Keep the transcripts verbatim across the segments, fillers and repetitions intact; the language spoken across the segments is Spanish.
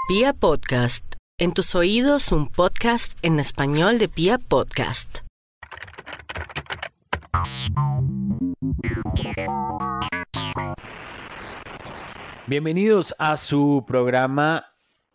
Pia Podcast, en tus oídos un podcast en español de Pia Podcast. Bienvenidos a su programa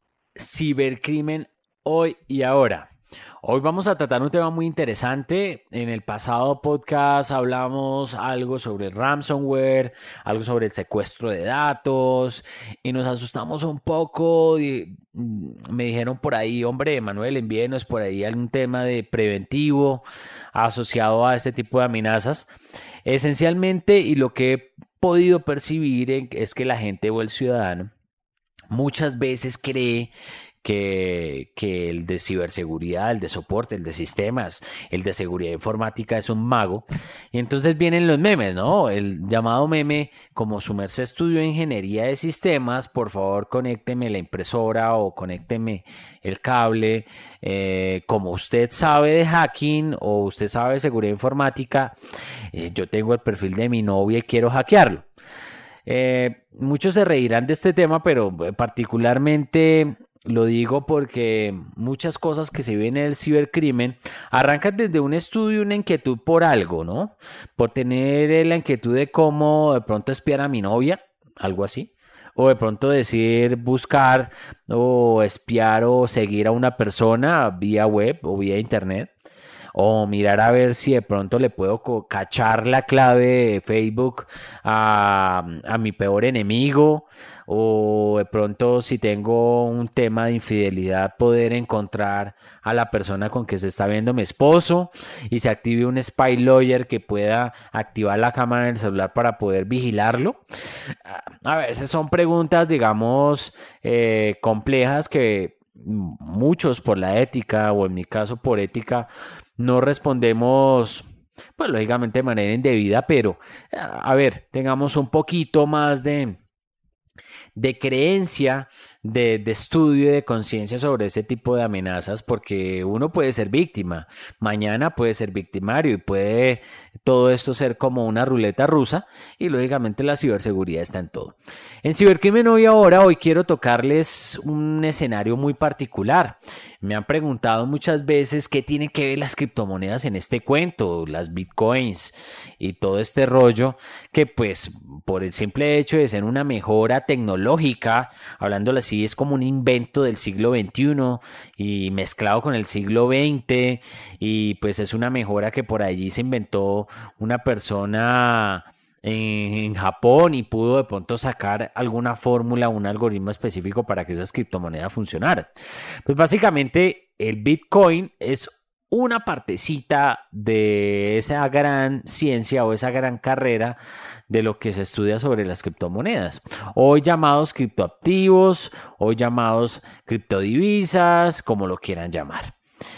Cibercrimen Hoy y Ahora. Hoy vamos a tratar un tema muy interesante. En el pasado podcast hablamos algo sobre el ransomware, algo sobre el secuestro de datos y nos asustamos un poco. Y me dijeron por ahí, hombre, Manuel, envíenos por ahí algún tema de preventivo asociado a este tipo de amenazas. Esencialmente, y lo que he podido percibir es que la gente o el ciudadano muchas veces cree Que, que el de ciberseguridad, el de soporte, el de sistemas, el de seguridad informática es un mago. Y entonces vienen los memes, ¿no? El llamado meme, como su merced estudió ingeniería de sistemas, por favor conécteme la impresora o conécteme el cable. Eh, como usted sabe de hacking o usted sabe de seguridad informática, eh, yo tengo el perfil de mi novia y quiero hackearlo. Eh, muchos se reirán de este tema, pero particularmente lo digo porque muchas cosas que se ven en el cibercrimen arrancan desde un estudio, una inquietud por algo, ¿no? Por tener la inquietud de cómo de pronto espiar a mi novia, algo así. O de pronto decir buscar o espiar o seguir a una persona vía web o vía internet. O mirar a ver si de pronto le puedo cachar la clave de Facebook a, a mi peor enemigo. O de pronto si tengo un tema de infidelidad poder encontrar a la persona con que se está viendo mi esposo y se active un spy lawyer que pueda activar la cámara del celular para poder vigilarlo. A veces son preguntas, digamos, eh, complejas que muchos por la ética o en mi caso por ética no respondemos, pues lógicamente de manera indebida, pero a ver, tengamos un poquito más de, de creencia, de, de estudio y de conciencia sobre ese tipo de amenazas, porque uno puede ser víctima, mañana puede ser victimario y puede todo esto ser como una ruleta rusa y lógicamente la ciberseguridad está en todo. En Cibercrimen Hoy Ahora, hoy quiero tocarles un escenario muy particular. Me han preguntado muchas veces qué tienen que ver las criptomonedas en este cuento, las bitcoins y todo este rollo, que pues por el simple hecho de ser una mejora tecnológica, hablándolo así, es como un invento del siglo veintiuno y mezclado con el siglo veinte, y pues es una mejora que por allí se inventó una persona en Japón y pudo de pronto sacar alguna fórmula, un algoritmo específico para que esas criptomonedas funcionaran. Pues básicamente el Bitcoin es una partecita de esa gran ciencia o esa gran carrera de lo que se estudia sobre las criptomonedas, hoy llamados criptoactivos, hoy llamados criptodivisas, como lo quieran llamar.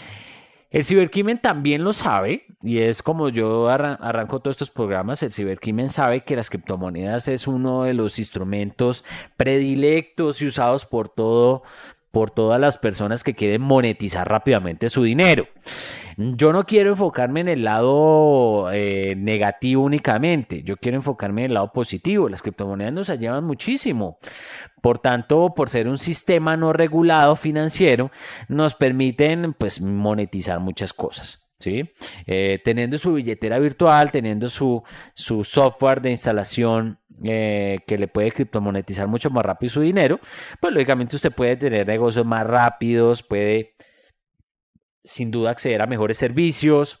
El cibercrimen también lo sabe, y es como yo arran- arranco todos estos programas. El cibercrimen sabe que las criptomonedas es uno de los instrumentos predilectos y usados por todo, por todas las personas que quieren monetizar rápidamente su dinero. Yo no quiero enfocarme en el lado eh, negativo únicamente, yo quiero enfocarme en el lado positivo. Las criptomonedas nos ayudan muchísimo. Por tanto, por ser un sistema no regulado financiero, nos permiten pues monetizar muchas cosas, ¿sí? Eh, teniendo su billetera virtual, teniendo su, su software de instalación eh, que le puede criptomonetizar mucho más rápido su dinero, pues lógicamente usted puede tener negocios más rápidos, puede sin duda acceder a mejores servicios,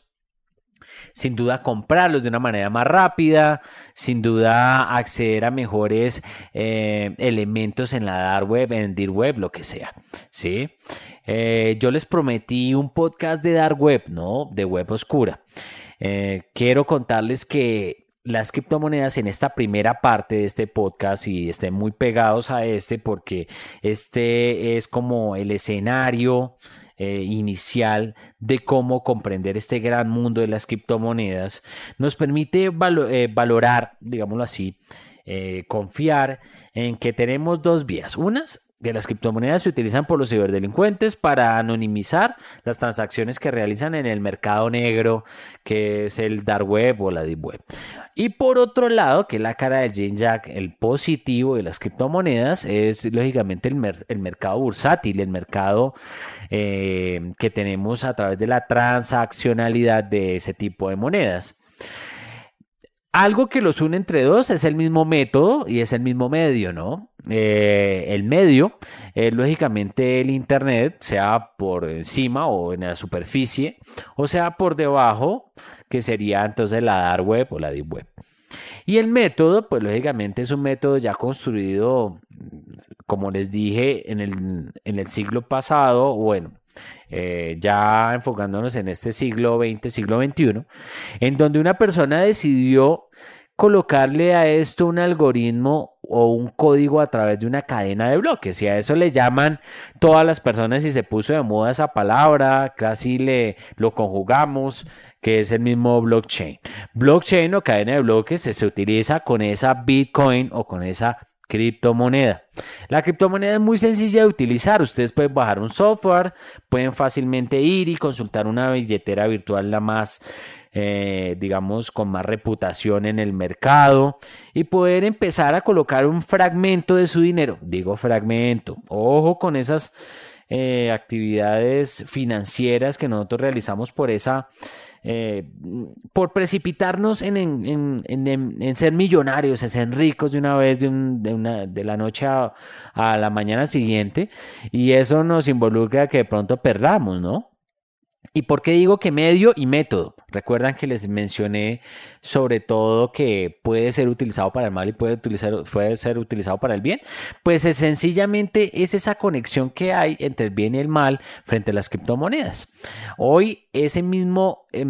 sin duda comprarlos de una manera más rápida, sin duda acceder a mejores eh, elementos en la dark web, en deep web, lo que sea, ¿sí? Eh, yo les prometí un podcast de dark web, ¿no? De web oscura. Eh, quiero contarles que las criptomonedas en esta primera parte de este podcast, y estén muy pegados a este porque este es como el escenario Eh, inicial de cómo comprender este gran mundo de las criptomonedas, nos permite valo- eh, valorar, digámoslo así, eh, confiar en que tenemos dos vías. Unas que las criptomonedas se utilizan por los ciberdelincuentes para anonimizar las transacciones que realizan en el mercado negro, que es el dark web o la deep web. Y por otro lado, que es la cara del yin yang, el positivo de las criptomonedas es lógicamente el, mer el mercado bursátil, el mercado eh, que tenemos a través de la transaccionalidad de ese tipo de monedas. Algo que los une entre dos es el mismo método y es el mismo medio, ¿no? Eh, el medio es lógicamente el Internet, sea por encima o en la superficie, o sea por debajo, que sería entonces la dark web o la deep web. Y el método, pues lógicamente es un método ya construido, como les dije, en el, en el siglo pasado, bueno, eh, ya enfocándonos en este siglo veinte, siglo veintiuno, en donde una persona decidió colocarle a esto un algoritmo o un código a través de una cadena de bloques, y a eso le llaman todas las personas, y se puso de moda esa palabra, casi le lo conjugamos, que es el mismo blockchain. Blockchain o cadena de bloques se, se utiliza con esa Bitcoin o con esa criptomoneda. La criptomoneda es muy sencilla de utilizar. Ustedes pueden bajar un software, pueden fácilmente ir y consultar una billetera virtual la más, eh, digamos, con más reputación en el mercado y poder empezar a colocar un fragmento de su dinero. Digo fragmento. Ojo con esas eh, actividades financieras que nosotros realizamos por esa Eh, por precipitarnos en, en, en, en, en ser millonarios, en ser ricos de una vez, de, un, de, una, de la noche a, a la mañana siguiente, y eso nos involucra que de pronto perdamos, ¿no? ¿Y por qué digo que medio y método? Recuerdan que les mencioné sobre todo que puede ser utilizado para el mal y puede, utilizar, puede ser utilizado para el bien. Pues es, sencillamente es esa conexión que hay entre el bien y el mal frente a las criptomonedas. Hoy ese mismo, eh,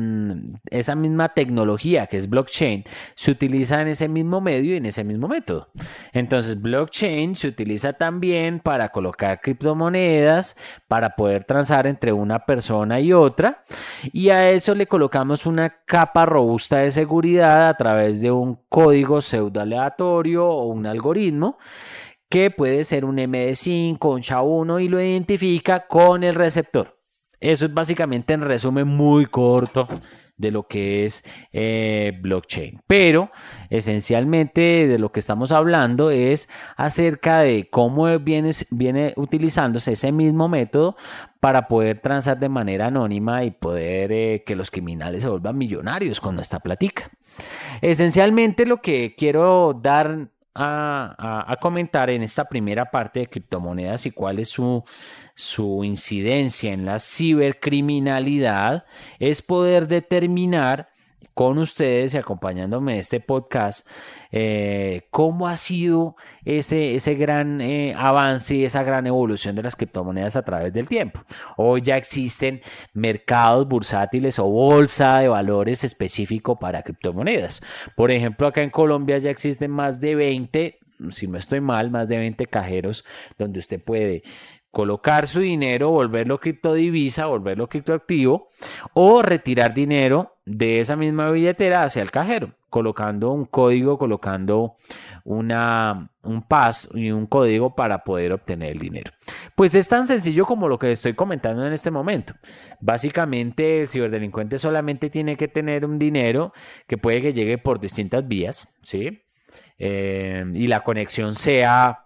esa misma tecnología que es blockchain se utiliza en ese mismo medio y en ese mismo método. Entonces blockchain se utiliza también para colocar criptomonedas, para poder transar entre una persona y otra, y a eso le colocamos una capa robusta de seguridad a través de un código pseudo aleatorio o un algoritmo que puede ser un M D cinco, un S H A uno, y lo identifica con el receptor. Eso es básicamente, en resumen muy corto, de lo que es eh, blockchain. Pero esencialmente de lo que estamos hablando es acerca de cómo viene, viene utilizándose ese mismo método para poder transar de manera anónima y poder eh, que los criminales se vuelvan millonarios con nuestra platica. Esencialmente lo que quiero dar a, a, a comentar en esta primera parte de criptomonedas y cuál es su, su incidencia en la cibercriminalidad es poder determinar con ustedes y acompañándome en este podcast eh, cómo ha sido ese, ese gran eh, avance y esa gran evolución de las criptomonedas a través del tiempo. Hoy ya existen mercados bursátiles o bolsa de valores específico para criptomonedas. Por ejemplo, acá en Colombia ya existen más de veinte, si no estoy mal, más de veinte cajeros donde usted puede colocar su dinero, volverlo criptodivisa, volverlo criptoactivo, o retirar dinero de esa misma billetera hacia el cajero, colocando un código, colocando una, un pas y un código para poder obtener el dinero. Pues es tan sencillo como lo que estoy comentando en este momento. Básicamente, el ciberdelincuente solamente tiene que tener un dinero que puede que llegue por distintas vías, ¿sí? Eh, y la conexión sea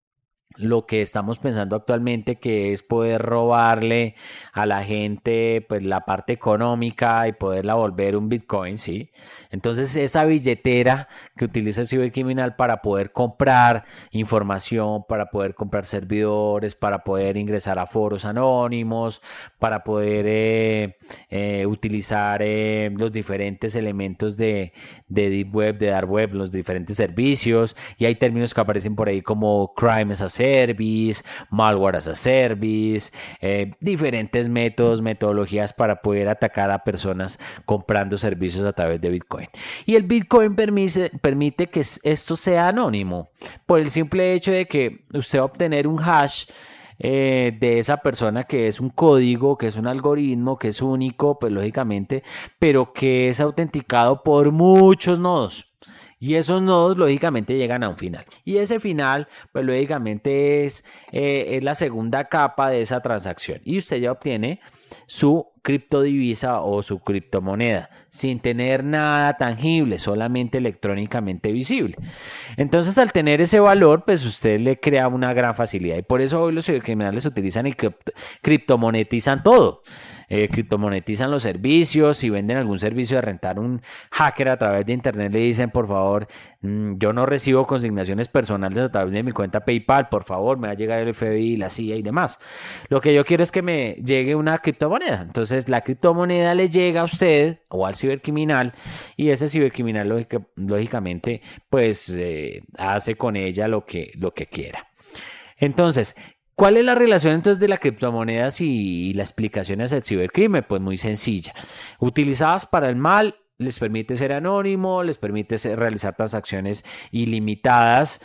lo que estamos pensando actualmente, que es poder robarle a la gente pues la parte económica y poderla volver un Bitcoin, ¿sí? Entonces esa billetera que utiliza el cibercriminal para poder comprar información, para poder comprar servidores, para poder ingresar a foros anónimos, para poder eh, eh, utilizar eh, los diferentes elementos de, de Deep Web, de Dark Web, los diferentes servicios, y hay términos que aparecen por ahí como Crime as a Service, Malware as a Service, eh, diferentes métodos, metodologías para poder atacar a personas comprando servicios a través de Bitcoin. Y el Bitcoin permite, permite que esto sea anónimo, por el simple hecho de que usted va a obtener un hash eh, de esa persona, que es un código, que es un algoritmo, que es único, pues lógicamente, pero que es autenticado por muchos nodos. Y esos nodos lógicamente llegan a un final. Y ese final, pues lógicamente es, eh, es la segunda capa de esa transacción. Y usted ya obtiene su criptodivisa o su criptomoneda sin tener nada tangible, solamente electrónicamente visible. Entonces, al tener ese valor, pues usted le crea una gran facilidad. Y por eso hoy los cibercriminales utilizan y cripto, criptomonetizan todo. Eh, criptomonetizan los servicios. Si venden algún servicio de rentar un hacker a través de internet, le dicen, por favor, mmm, yo no recibo consignaciones personales a través de mi cuenta PayPal, por favor, me va a llegar el F B I, la C I A y demás. Lo que yo quiero es que me llegue una criptomoneda. Entonces, la criptomoneda le llega a usted o al cibercriminal, y ese cibercriminal lógica, lógicamente pues eh, hace con ella lo que, lo que quiera. Entonces, ¿cuál es la relación entonces de las criptomonedas y la explicación hacia el cibercrimen? Pues muy sencilla. Utilizadas para el mal, les permite ser anónimo, les permite ser, realizar transacciones ilimitadas,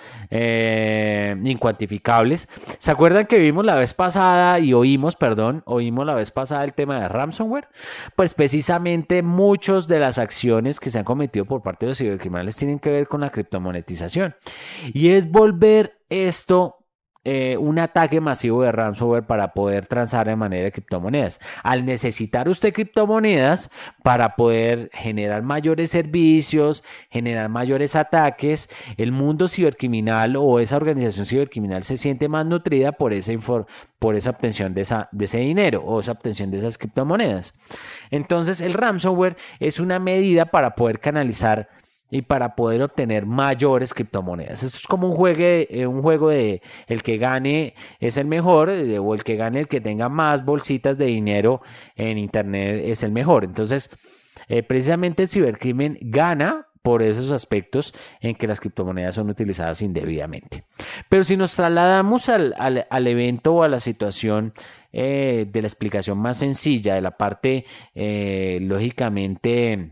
eh, incuantificables. ¿Se acuerdan que vimos la vez pasada y oímos, perdón, oímos la vez pasada el tema de ransomware? Pues precisamente muchas de las acciones que se han cometido por parte de los cibercriminales tienen que ver con la criptomonetización. Y es volver esto Eh, un ataque masivo de ransomware para poder transar de manera de criptomonedas. Al necesitar usted criptomonedas para poder generar mayores servicios, generar mayores ataques, el mundo cibercriminal o esa organización cibercriminal se siente más nutrida por esa, infor- por esa obtención de, esa, de ese dinero o esa obtención de esas criptomonedas. Entonces, el ransomware es una medida para poder canalizar y para poder obtener mayores criptomonedas. Esto es como un juego, de, un juego de el que gane es el mejor, o el que gane el que tenga más bolsitas de dinero en internet es el mejor. Entonces, eh, precisamente el cibercrimen gana por esos aspectos en que las criptomonedas son utilizadas indebidamente. Pero si nos trasladamos al, al, al evento o a la situación eh, de la explicación más sencilla, de la parte eh, lógicamente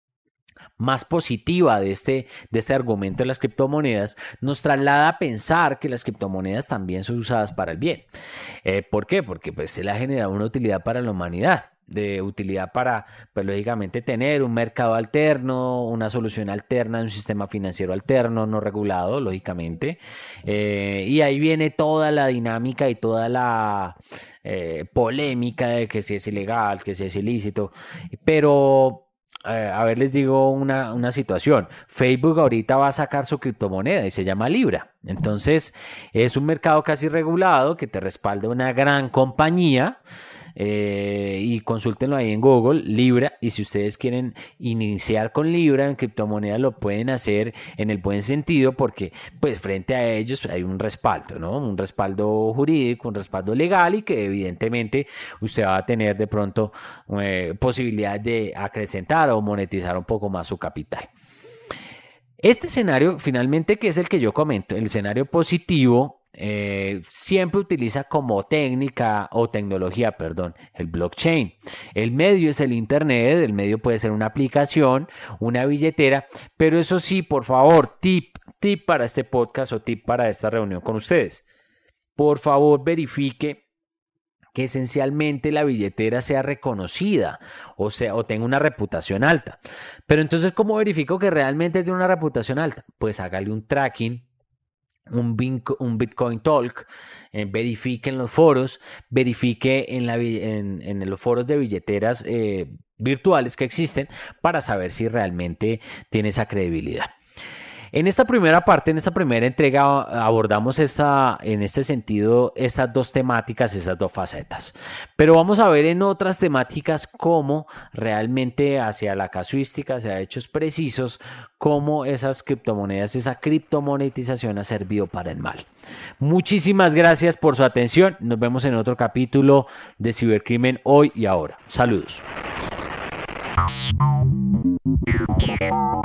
más positiva de este, de este argumento de las criptomonedas, nos traslada a pensar que las criptomonedas también son usadas para el bien. Eh, ¿Por qué? Porque pues se le ha generado una utilidad para la humanidad, de utilidad para, pues lógicamente, tener un mercado alterno, una solución alterna, un sistema financiero alterno, no regulado, lógicamente. Eh, y ahí viene toda la dinámica y toda la eh, polémica de que si es ilegal, que si es ilícito, pero a ver, les digo una, una situación. Facebook ahorita va a sacar su criptomoneda y se llama Libra. Entonces, es un mercado casi regulado que te respalda una gran compañía. Eh, y consúltenlo ahí en Google, Libra, y si ustedes quieren iniciar con Libra en criptomonedas lo pueden hacer en el buen sentido, porque pues frente a ellos hay un respaldo, ¿no? Un respaldo jurídico, un respaldo legal, y que evidentemente usted va a tener de pronto eh, posibilidad de acrecentar o monetizar un poco más su capital. Este escenario, finalmente, que es el que yo comento, el escenario positivo, Eh, siempre utiliza como técnica o tecnología, perdón, el blockchain. El medio es el internet, el medio puede ser una aplicación, una billetera, pero eso sí, por favor, tip, tip para este podcast o tip para esta reunión con ustedes. Por favor, verifique que esencialmente la billetera sea reconocida o sea o tenga una reputación alta. Pero entonces, ¿cómo verifico que realmente tiene una reputación alta? Pues hágale un tracking, Un, un Bitcoin Talk, eh, verifique en los foros, verifique en, la, en, en los foros de billeteras eh, virtuales que existen para saber si realmente tiene esa credibilidad. En esta primera parte, en esta primera entrega, abordamos esta, en este sentido estas dos temáticas, estas dos facetas. Pero vamos a ver en otras temáticas cómo realmente hacia la casuística, hacia hechos precisos, cómo esas criptomonedas, esa criptomonetización ha servido para el mal. Muchísimas gracias por su atención. Nos vemos en otro capítulo de Cibercrimen Hoy y Ahora. Saludos.